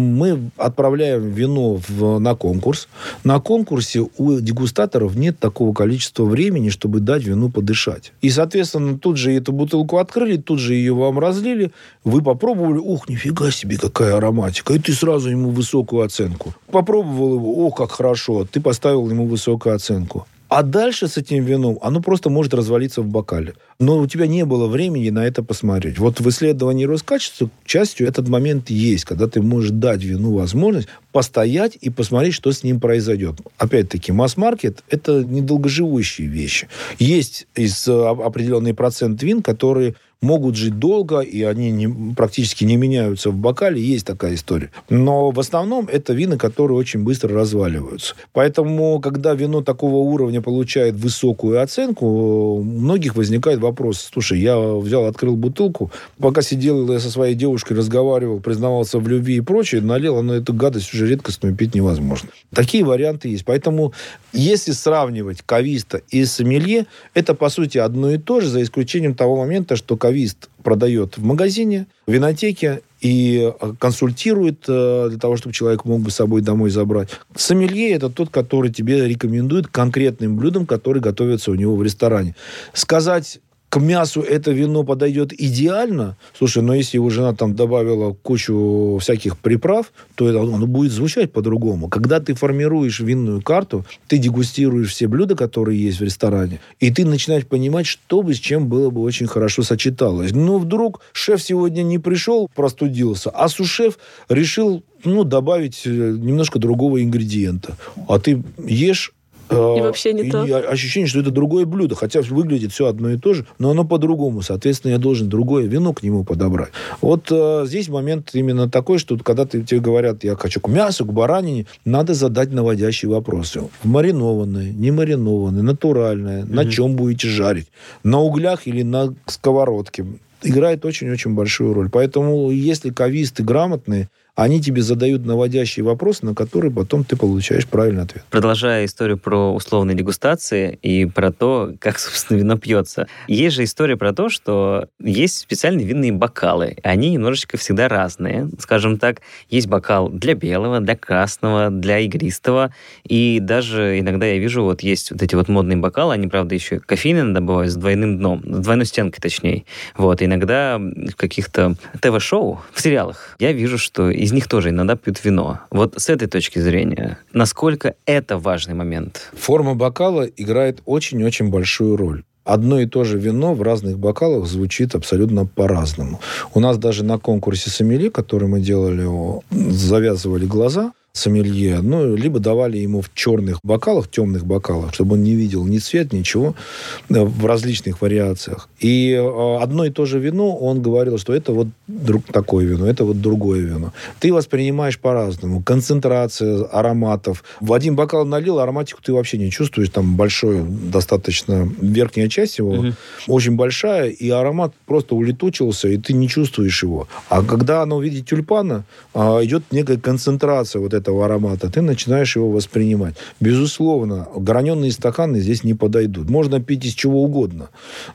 Мы отправляем вино на конкурс. На конкурсе у дегустаторов нет такого количества времени, чтобы дать вину подышать. И, соответственно, тут же эту бутылку открыли, тут же ее вам разлили, вы попробовали: ух, нифига себе, какая ароматика. И ты сразу ему высокую оценку. Попробовал его: о, как хорошо. Ты поставил ему высокую оценку. А дальше с этим вином оно просто может развалиться в бокале. Но у тебя не было времени на это посмотреть. Вот в исследовании Роскачества, к счастью, этот момент есть, когда ты можешь дать вину возможность постоять и посмотреть, что с ним произойдет. Опять-таки, масс-маркет – это недолгоживущие вещи. Есть определенный процент вин, которые могут жить долго, и они практически не меняются в бокале. Есть такая история. Но в основном это вина, которые очень быстро разваливаются. Поэтому, когда вино такого уровня получает высокую оценку, у многих возникает вопрос: слушай, я открыл бутылку, пока сидел я со своей девушкой, разговаривал, признавался в любви и прочее, налил, но эту гадость уже редкостную пить невозможно. Такие варианты есть. Поэтому, если сравнивать кависта и сомелье, это, по сути, одно и то же, за исключением того момента, что кавист продает в магазине, в винотеке и консультирует для того, чтобы человек мог бы с собой домой забрать. Сомелье – это тот, который тебе рекомендует конкретным блюдам, которые готовятся у него в ресторане. Сказать: к мясу это вино подойдет идеально. Слушай, но если его жена добавила кучу всяких приправ, то оно будет звучать по-другому. Когда ты формируешь винную карту, ты дегустируешь все блюда, которые есть в ресторане, и ты начинаешь понимать, что бы с чем было бы очень хорошо сочеталось. Но вдруг шеф сегодня не пришел, простудился, а су-шеф решил добавить немножко другого ингредиента. А ты ешь, и вообще не то. Ощущение, что это другое блюдо. Хотя выглядит все одно и то же, но оно по-другому. Соответственно, я должен другое вино к нему подобрать. Вот здесь момент именно такой, что когда тебе говорят: я хочу к мясу, к баранине, надо задать наводящие вопросы. Маринованное, не маринованное, натуральное, на чем будете жарить? На углях или на сковородке? Играет очень-очень большую роль. Поэтому, если кависты грамотные, они тебе задают наводящие вопросы, на которые потом ты получаешь правильный ответ. Продолжая историю про условные дегустации и про то, как, собственно, вино пьется. Есть же история про то, что есть специальные винные бокалы. Они немножечко всегда разные. Скажем так, есть бокал для белого, для красного, для игристого. И даже иногда я вижу, есть эти модные бокалы, они, правда, еще кофейные добывают с двойным дном, с двойной стенкой, точнее. Иногда в каких-то ТВ-шоу, в сериалах, я вижу, что из них тоже иногда пьют вино. Вот с этой точки зрения, насколько это важный момент? Форма бокала играет очень-очень большую роль. Одно и то же вино в разных бокалах звучит абсолютно по-разному. У нас даже на конкурсе сомелье, который мы делали, завязывали глаза сомелье, либо давали ему в черных бокалах, темных бокалах, чтобы он не видел ни цвет, ничего, в различных вариациях. И одно и то же вино, он говорил, что это вот такое вино, это вот другое вино. Ты воспринимаешь по-разному. Концентрация ароматов. В один бокал налил, ароматику ты вообще не чувствуешь, там большой, достаточно верхняя часть его, очень большая, и аромат просто улетучился, и ты не чувствуешь его. А когда оно в виде тюльпана, идет некая концентрация вот этого аромата, ты начинаешь его воспринимать. Безусловно, граненые стаканы здесь не подойдут. Можно пить из чего угодно.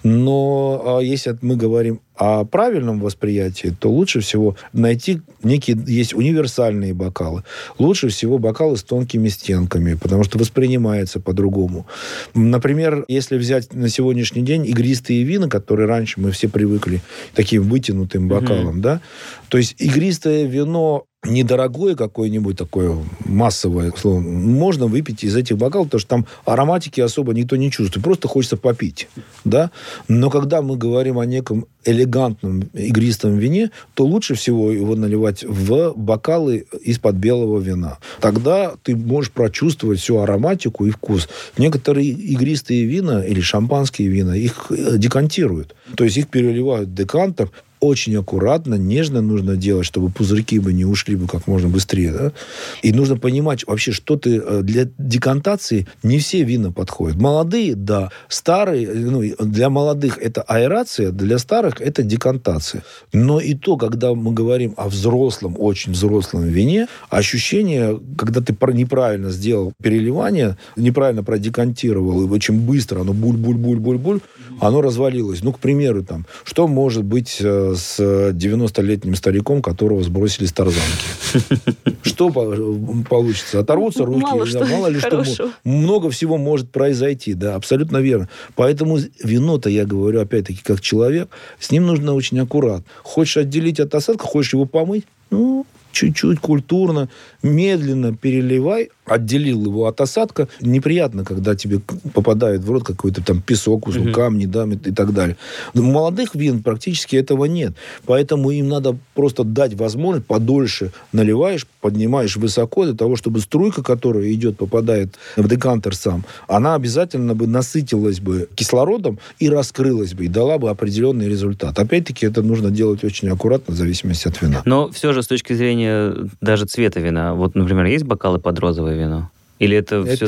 Но если мы говорим о правильном восприятии, то лучше всего найти некие... Есть универсальные бокалы. Лучше всего бокалы с тонкими стенками, потому что воспринимается по-другому. Например, если взять на сегодняшний день игристые вина, которые раньше мы все привыкли к таким вытянутым бокалам, да, то есть игристое вино недорогое какое-нибудь такое массовое, условно, можно выпить из этих бокалов, потому что там ароматики особо никто не чувствует. Просто хочется попить, да. Но когда мы говорим о неком элегантном игристом вине, то лучше всего его наливать в бокалы из-под белого вина. Тогда ты можешь прочувствовать всю ароматику и вкус. Некоторые игристые вина или шампанские вина, их декантируют. То есть их переливают в декантер. Очень аккуратно, нежно нужно делать, чтобы пузырьки бы не ушли бы как можно быстрее. Да? И нужно понимать вообще, что ты... Для декантации не все вина подходят. Молодые, да. Старые, для молодых это аэрация, для старых это декантация. Но и то, когда мы говорим о взрослом, очень взрослом вине, ощущение, когда ты неправильно сделал переливание, неправильно продекантировал, и очень быстро оно буль-буль-буль-буль-буль, оно развалилось. К примеру, что может быть с 90-летним стариком, которого сбросили с тарзанки? Что получится? Оторвутся руки? Мало ли что. Много всего может произойти. Да, абсолютно верно. Поэтому вино-то, я говорю, опять-таки, как человек, с ним нужно очень аккуратно. Хочешь отделить от осадка, хочешь его помыть? Чуть-чуть, культурно, медленно переливай, отделил его от осадка. Неприятно, когда тебе попадает в рот какой-то там песок, камни, да, и так далее. Но у молодых вин практически этого нет. Поэтому им надо просто дать возможность подольше наливаешь, поднимаешь высоко для того, чтобы струйка, которая идет, попадает в декантер сам, она обязательно бы насытилась бы кислородом и раскрылась бы, и дала бы определенный результат. Опять-таки, это нужно делать очень аккуратно, в зависимости от вина. Но все же с точки зрения даже цвета вина, вот, например, есть бокалы под розовое вино? Или это все...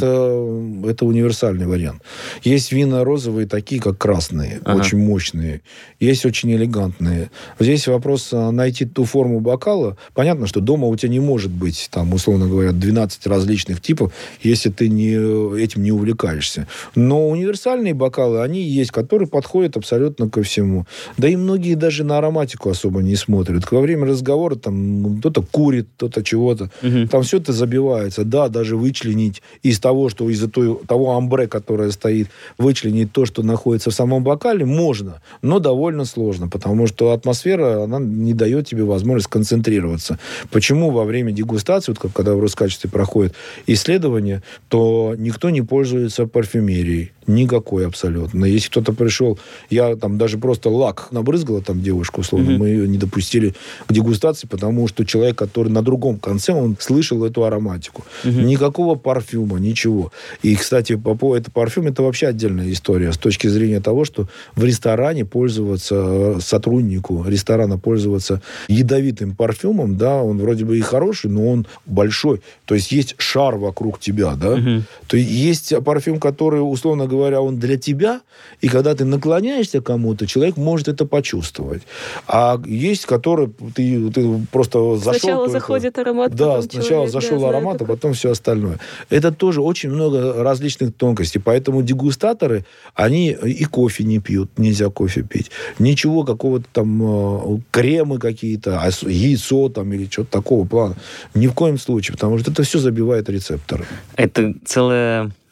Это универсальный вариант. Есть вина розовые, такие как красные, очень мощные. Есть очень элегантные. Здесь вопрос найти ту форму бокала. Понятно, что дома у тебя не может быть, там, условно говоря, 12 различных типов, если ты этим не увлекаешься. Но универсальные бокалы, они есть, которые подходят абсолютно ко всему. Да и многие даже на ароматику особо не смотрят. Во время разговора там кто-то курит, кто-то чего-то. Там все это забивается. Да, даже вычленить из того, что из-за того амбре, которое стоит, вычленить то, что находится в самом бокале, можно, но довольно сложно, потому что атмосфера, она не дает тебе возможность концентрироваться. Почему во время дегустации, вот когда в Роскачестве проходит исследование, то никто не пользуется парфюмерией. Никакой абсолютно. Если кто-то пришел, я там даже просто лак набрызгала там девушку, условно, мы ее не допустили к дегустации, потому что человек, который на другом конце, он слышал эту ароматику. Никакого парфюма, ничего. И, кстати, по поводу парфюма, это вообще отдельная история с точки зрения того, что в ресторане пользоваться, сотруднику ресторана пользоваться ядовитым парфюмом, да, он вроде бы и хороший, но он большой. То есть есть шар вокруг тебя, да. То есть парфюм, который, условно говоря, он для тебя, и когда ты наклоняешься к кому-то, человек может это почувствовать. А есть, который ты просто зашел... Сначала заходит аромат, да, сначала зашел аромат, а потом все остальное. Это тоже очень много различных тонкостей. Поэтому дегустаторы, они и кофе не пьют, нельзя кофе пить. Ничего какого-то там кремы какие-то, яйцо там или что-то такого плана. Ни в коем случае, потому что это все забивает рецепторы. Это целая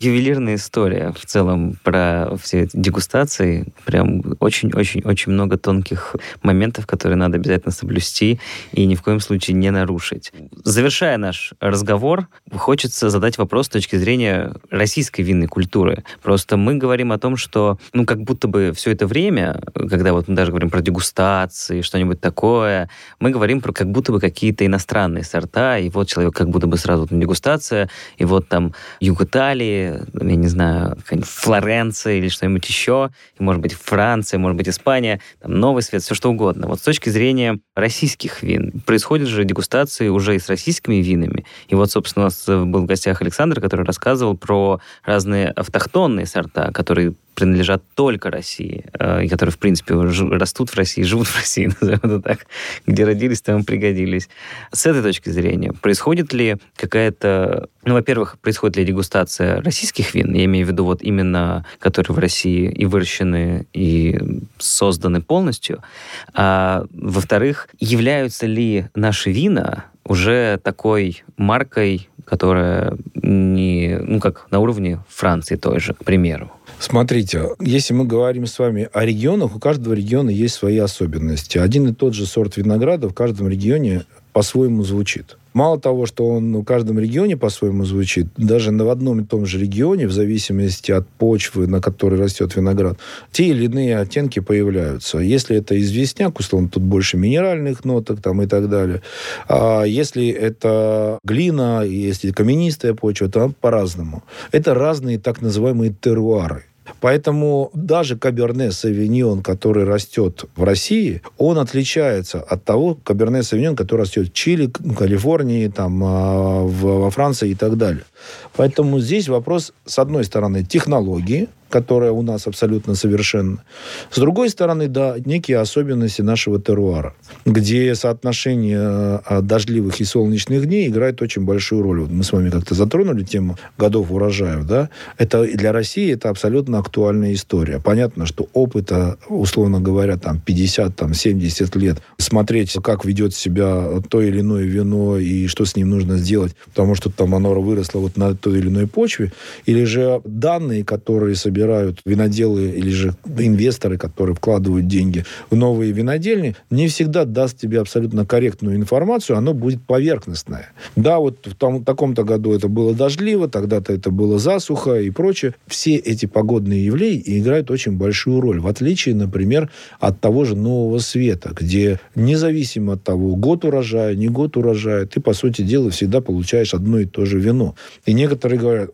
ювелирная история в целом про все эти дегустации. Прям очень-очень-очень много тонких моментов, которые надо обязательно соблюсти и ни в коем случае не нарушить. Завершая наш разговор, хочется задать вопрос с точки зрения российской винной культуры. Просто мы говорим о том, что, как будто бы все это время, когда вот мы даже говорим про дегустации, что-нибудь такое, мы говорим про как будто бы какие-то иностранные сорта, и вот человек как будто бы сразу дегустация, и вот там юг Италии, я не знаю, Флоренция или что-нибудь еще, и, может быть, Франция, может быть, Испания, там, Новый Свет, все что угодно. Вот с точки зрения российских вин, происходят же дегустации уже и с российскими винами. И вот, собственно, у нас был в гостях Александр, который рассказывал про разные автохтонные сорта, которые принадлежат только России, и которые, в принципе, растут в России, живут в России, назовем это так, где родились, там и пригодились. С этой точки зрения, происходит ли какая-то... во-первых, происходит ли дегустация российских вин, я имею в виду вот именно, которые в России и выращены, и созданы полностью, а во-вторых, являются ли наши вина уже такой маркой, которая не, как на уровне Франции той же, к примеру? Смотрите, если мы говорим с вами о регионах, у каждого региона есть свои особенности. Один и тот же сорт винограда в каждом регионе по-своему звучит. Мало того, что он в каждом регионе по-своему звучит, даже в одном и том же регионе, в зависимости от почвы, на которой растет виноград, те или иные оттенки появляются. Если это известняк, условно, тут больше минеральных ноток там, и так далее. А если это глина, если каменистая почва, то по-разному. Это разные так называемые теруары. Поэтому даже Каберне Савиньон, который растет в России, он отличается от того Каберне Савиньон, который растет в Чили, в Калифорнии, там, во Франции и так далее. Поэтому здесь вопрос, с одной стороны, технологии, которая у нас абсолютно совершенна. С другой стороны, да, некие особенности нашего теруара, где соотношение дождливых и солнечных дней играет очень большую роль. Вот мы с вами как-то затронули тему годов урожаев, да? Это для России это абсолютно актуальная история. Понятно, что опыта, условно говоря, там 50, там 70 лет смотреть, как ведет себя то или иное вино и что с ним нужно сделать, потому что там оно выросло вот на той или иной почве, или же данные, которые собирают виноделы или же инвесторы, которые вкладывают деньги в новые винодельни, не всегда даст тебе абсолютно корректную информацию, оно будет поверхностное. Да, вот в таком-то году это было дождливо, тогда-то это было засуха и прочее. Все эти погодные явления играют очень большую роль, в отличие, например, от того же Нового Света, где независимо от того, год урожая, не год урожая, ты, по сути дела, всегда получаешь одно и то же вино. И некоторые говорят,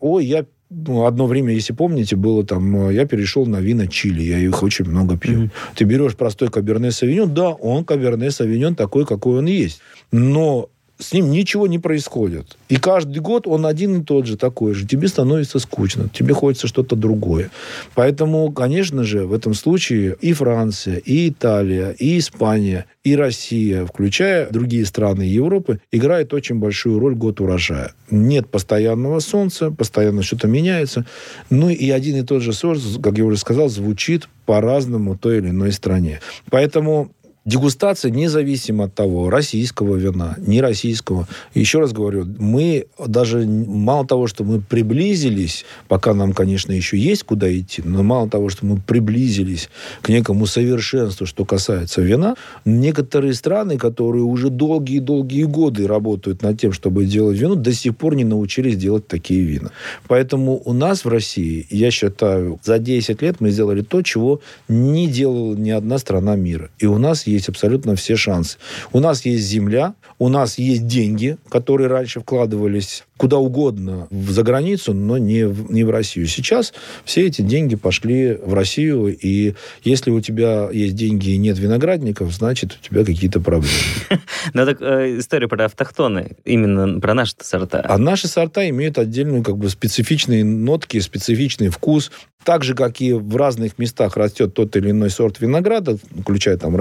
одно время, если помните, было там, я перешел на вина Чили, я их очень много пью. Mm-hmm. Ты берешь простой Каберне Савиньон, да, он Каберне Савиньон такой, какой он есть. Но с ним ничего не происходит. И каждый год он один и тот же, такой же. Тебе становится скучно, тебе хочется что-то другое. Поэтому, конечно же, в этом случае и Франция, и Италия, и Испания, и Россия, включая другие страны Европы, играет очень большую роль год урожая. Нет постоянного солнца, постоянно что-то меняется. Ну и один и тот же сорт, как я уже сказал, звучит по-разному в той или иной стране. Поэтому дегустация, независимо от того, российского вина, не российского. Еще раз говорю, мы даже мало того, что мы приблизились, пока нам, конечно, еще есть куда идти, но мало того, что мы приблизились к некому совершенству, что касается вина, некоторые страны, которые уже долгие-долгие годы работают над тем, чтобы делать вино, до сих пор не научились делать такие вина. Поэтому у нас в России, я считаю, за 10 лет мы сделали то, чего не делала ни одна страна мира. И у нас есть абсолютно все шансы. У нас есть земля, у нас есть деньги, которые раньше вкладывались куда угодно за границу, но не в Россию. Сейчас все эти деньги пошли в Россию, и если у тебя есть деньги и нет виноградников, значит, у тебя какие-то проблемы. Ну, так история про автохтоны, именно про наши сорта. А наши сорта имеют отдельную, специфичные нотки, специфичный вкус. Так же, как и в разных местах растет тот или иной сорт винограда, включая там Россию,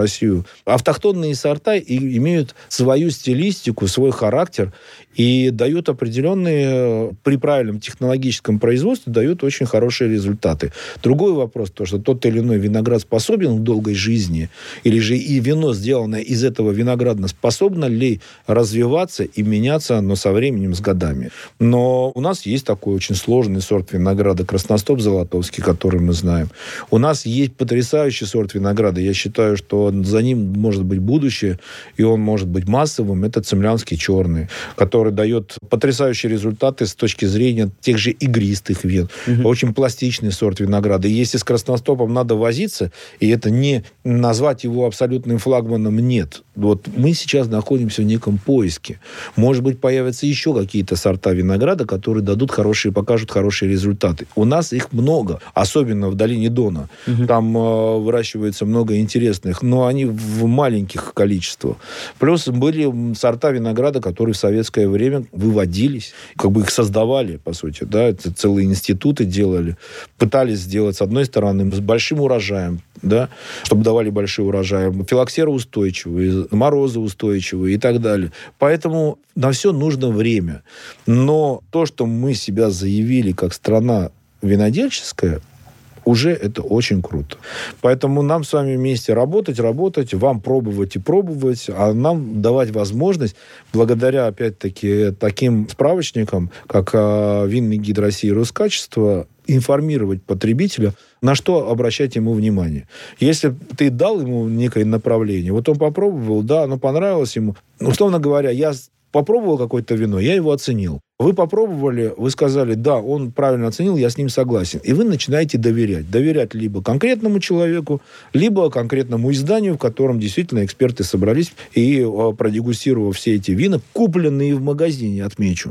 Автохтонные сорта имеют свою стилистику, свой характер и дают определенные, при правильном технологическом производстве, дают очень хорошие результаты. Другой вопрос, то, что тот или иной виноград способен к долгой жизни, или же и вино, сделанное из этого винограда, способно ли развиваться и меняться, но со временем, с годами. Но у нас есть такой очень сложный сорт винограда, красностоп золотовский, который мы знаем. У нас есть потрясающий сорт винограда. Я считаю, что за ним может быть будущее, и он может быть массовым. Это цимлянский черный, который дает потрясающие результаты с точки зрения тех же игристых вин. Очень пластичный сорт винограда. И если с красностопом надо возиться, и это не назвать его абсолютным флагманом, нет. Вот мы сейчас находимся в неком поиске. Может быть, появятся еще какие-то сорта винограда, которые покажут хорошие результаты. У нас их много, особенно в долине Дона. Там выращивается много интересных, но они в маленьких количествах. Плюс были сорта винограда, которые в советское время выводились, как бы их создавали, по сути, да, это целые институты делали, пытались сделать, с одной стороны, с большим урожаем, да, чтобы давали большой урожай, филоксероустойчивые, морозоустойчивые и так далее. Поэтому на все нужно время. Но то, что мы себя заявили как страна винодельческая, уже это очень круто. Поэтому нам с вами вместе работать, вам пробовать и пробовать, а нам давать возможность, благодаря, опять-таки, таким справочникам, как «Винный гид России» и «Роскачество», информировать потребителя, на что обращать ему внимание. Если ты дал ему некое направление, вот он попробовал, да, оно понравилось ему. Условно говоря, я попробовал какое-то вино, я его оценил. Вы попробовали, вы сказали, да, он правильно оценил, я с ним согласен. И вы начинаете доверять. Доверять либо конкретному человеку, либо конкретному изданию, в котором действительно эксперты собрались и, продегустировав все эти вина, купленные в магазине, отмечу.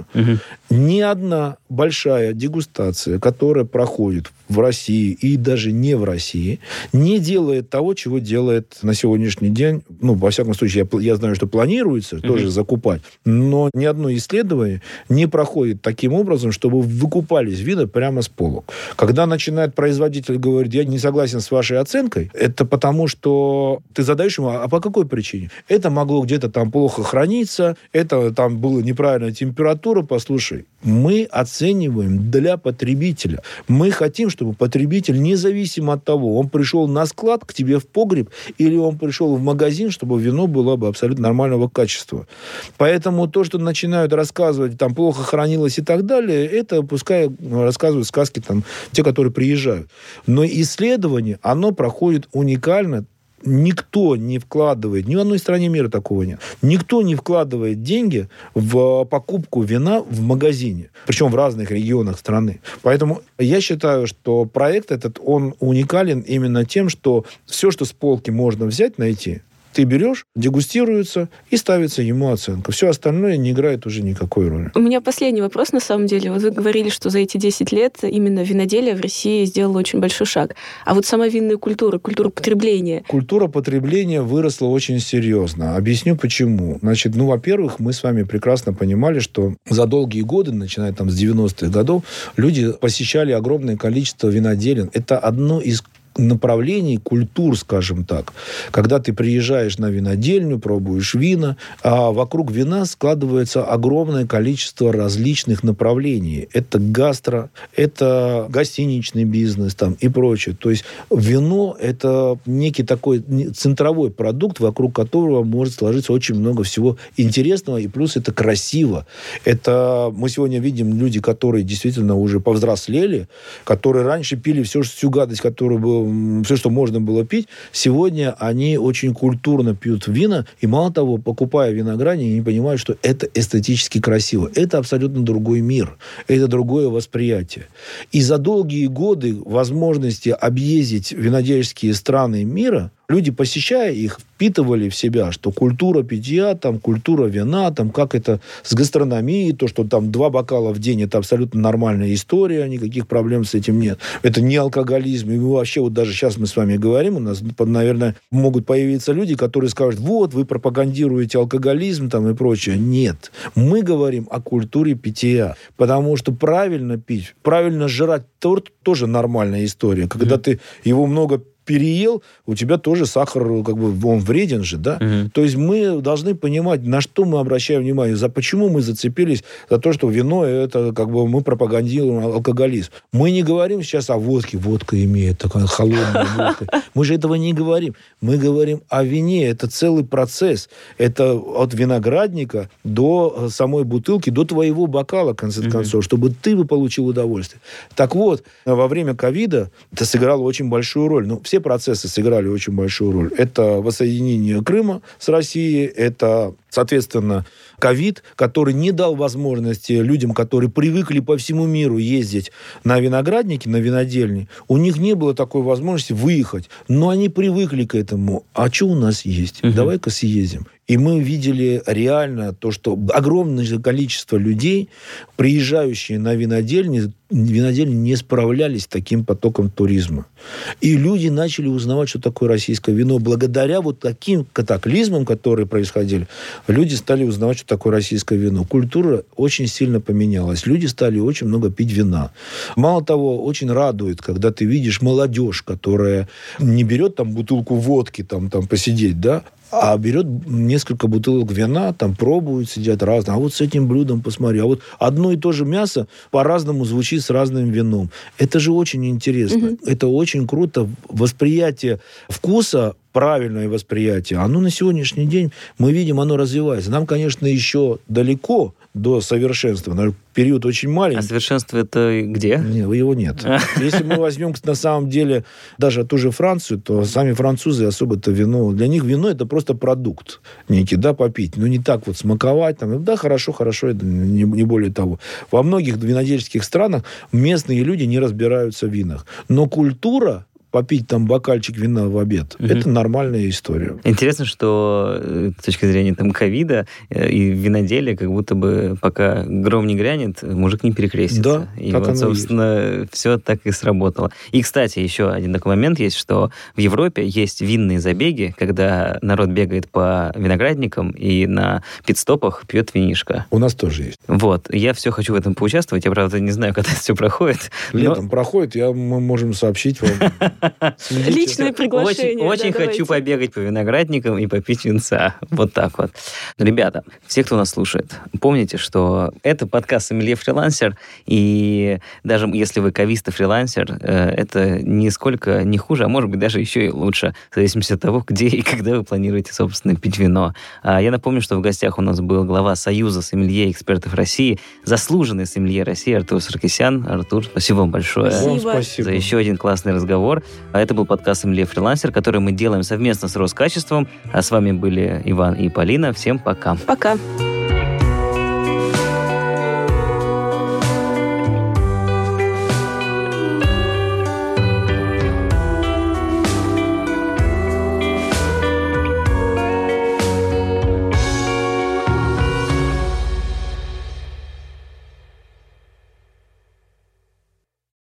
Ни одна большая дегустация, которая проходит в России и даже не в России, не делает того, чего делает на сегодняшний день, во всяком случае, я знаю, что планируется тоже закупать, но ни одно исследование не проходит таким образом, чтобы выкупались вина прямо с полок. Когда начинает производитель говорить, я не согласен с вашей оценкой, это потому, что ты задаешь ему, а по какой причине? Это могло где-то там плохо храниться, это там была неправильная температура. Послушай, мы оцениваем для потребителя. Мы хотим, чтобы потребитель, независимо от того, он пришел на склад к тебе в погреб или он пришел в магазин, чтобы вино было бы абсолютно нормального качества. Поэтому то, что начинают рассказывать, там плохо хранилось и так далее, это пускай рассказывают сказки там те, которые приезжают. Но исследование, оно проходит уникально. Никто не вкладывает, ни в одной стране мира такого нет, никто не вкладывает деньги в покупку вина в магазине, причем в разных регионах страны. Поэтому я считаю, что проект этот, он уникален именно тем, что все, что с полки можно взять, найти, ты берешь, дегустируется и ставится ему оценка. Все остальное не играет уже никакой роли. У меня последний вопрос, на самом деле. Вот вы говорили, что за эти 10 лет именно виноделие в России сделало очень большой шаг. А вот сама винная культура потребления? Культура потребления выросла очень серьезно. Объясню, почему. Значит, во-первых, мы с вами прекрасно понимали, что за долгие годы, начиная там с 90-х годов, люди посещали огромное количество виноделин. Это одно из направлений, культур, скажем так. Когда ты приезжаешь на винодельню, пробуешь вина, а вокруг вина складывается огромное количество различных направлений. Это гастро, это гостиничный бизнес там, и прочее. То есть вино – это некий такой центровой продукт, вокруг которого может сложиться очень много всего интересного, и плюс это красиво. Это мы сегодня видим люди, которые действительно уже повзрослели, которые раньше пили всю гадость, которую было все, что можно было пить, сегодня они очень культурно пьют вина, и мало того, покупая виноградник, они понимают, что это эстетически красиво. Это абсолютно другой мир. Это другое восприятие. И за долгие годы возможности объездить винодельческие страны мира, люди, посещая их, впитывали в себя, что культура питья, там, культура вина, там, как это с гастрономией, то, что там 2 бокала в день, это абсолютно нормальная история, никаких проблем с этим нет. Это не алкоголизм. И вообще, вот даже сейчас мы с вами говорим, у нас, наверное, могут появиться люди, которые скажут, вот, вы пропагандируете алкоголизм там, и прочее. Нет. Мы говорим о культуре питья. Потому что правильно пить, правильно жрать торт, тоже нормальная история. Когда ты его много переел, у тебя тоже сахар, как бы, он вреден же, да? То есть мы должны понимать, на что мы обращаем внимание, почему мы зацепились за то, что вино, это как бы мы пропагандируем алкоголизм. Мы не говорим сейчас о водке. Водка имеет такая холодная водка. Мы же этого не говорим. Мы говорим о вине. Это целый процесс. Это от виноградника до самой бутылки, до твоего бокала, в конце концов, чтобы ты бы получил удовольствие. Так вот, во время ковида это сыграло очень большую роль. Ну, все процессы сыграли очень большую роль. Это воссоединение Крыма с Россией, это, соответственно, ковид, который не дал возможности людям, которые привыкли по всему миру ездить на виноградники, на винодельни, у них не было такой возможности выехать. Но они привыкли к этому. А что у нас есть? Давай-ка съездим. И мы видели реально то, что огромное количество людей, приезжающие на винодельни не справлялись с таким потоком туризма. И люди начали узнавать, что такое российское вино. Благодаря вот таким катаклизмам, которые происходили, люди стали узнавать, что такое российское вино. Культура очень сильно поменялась. Люди стали очень много пить вина. Мало того, очень радует, когда ты видишь молодежь, которая не берет там бутылку водки там посидеть, да, а берет несколько бутылок вина, там пробуют, сидят разные. А вот с этим блюдом посмотри. А вот одно и то же мясо по-разному звучит с разным вином. Это же очень интересно. Это очень круто. Восприятие вкуса, правильное восприятие, оно на сегодняшний день, мы видим, оно развивается. Нам, конечно, еще далеко до совершенства. Период очень маленький. А совершенство это где? Нет, его нет. Если мы возьмем, на самом деле, даже ту же Францию, то сами французы особо-то вино... Для них вино это просто продукт некий, да, попить. Ну, не так вот смаковать. Там, да, хорошо, это не более того. Во многих винодельческих странах местные люди не разбираются в винах. Но культура попить там бокальчик вина в обед, это нормальная история. Интересно, что с точки зрения там ковида и виноделия, как будто бы пока гром не грянет, мужик не перекрестится. Да, и вот, собственно, все так и сработало. И, кстати, еще один такой момент есть, что в Европе есть винные забеги, когда народ бегает по виноградникам и на пит-стопах пьет винишко. У нас тоже есть. Вот. Я все хочу в этом поучаствовать. Я, правда, не знаю, когда это все проходит. Летом проходит, мы можем сообщить вам. Личное приглашение. Очень хочу побегать по виноградникам и попить винца. Вот так вот. Ребята, все, кто нас слушает, помните, что это подкаст «Сомелье фрилансер», и даже если вы кавист и фрилансер, это нисколько не хуже, а может быть даже еще и лучше, в зависимости от того, где и когда вы планируете, собственно, пить вино. Я напомню, что в гостях у нас был глава Союза сомелье экспертов России, заслуженный сомелье России Артур Саркисян. Артур, спасибо вам большое за еще один классный разговор. Это был подкаст «Сомелье фрилансер», который мы делаем совместно с Роскачеством. А с вами были Иван и Полина. Всем пока. Пока.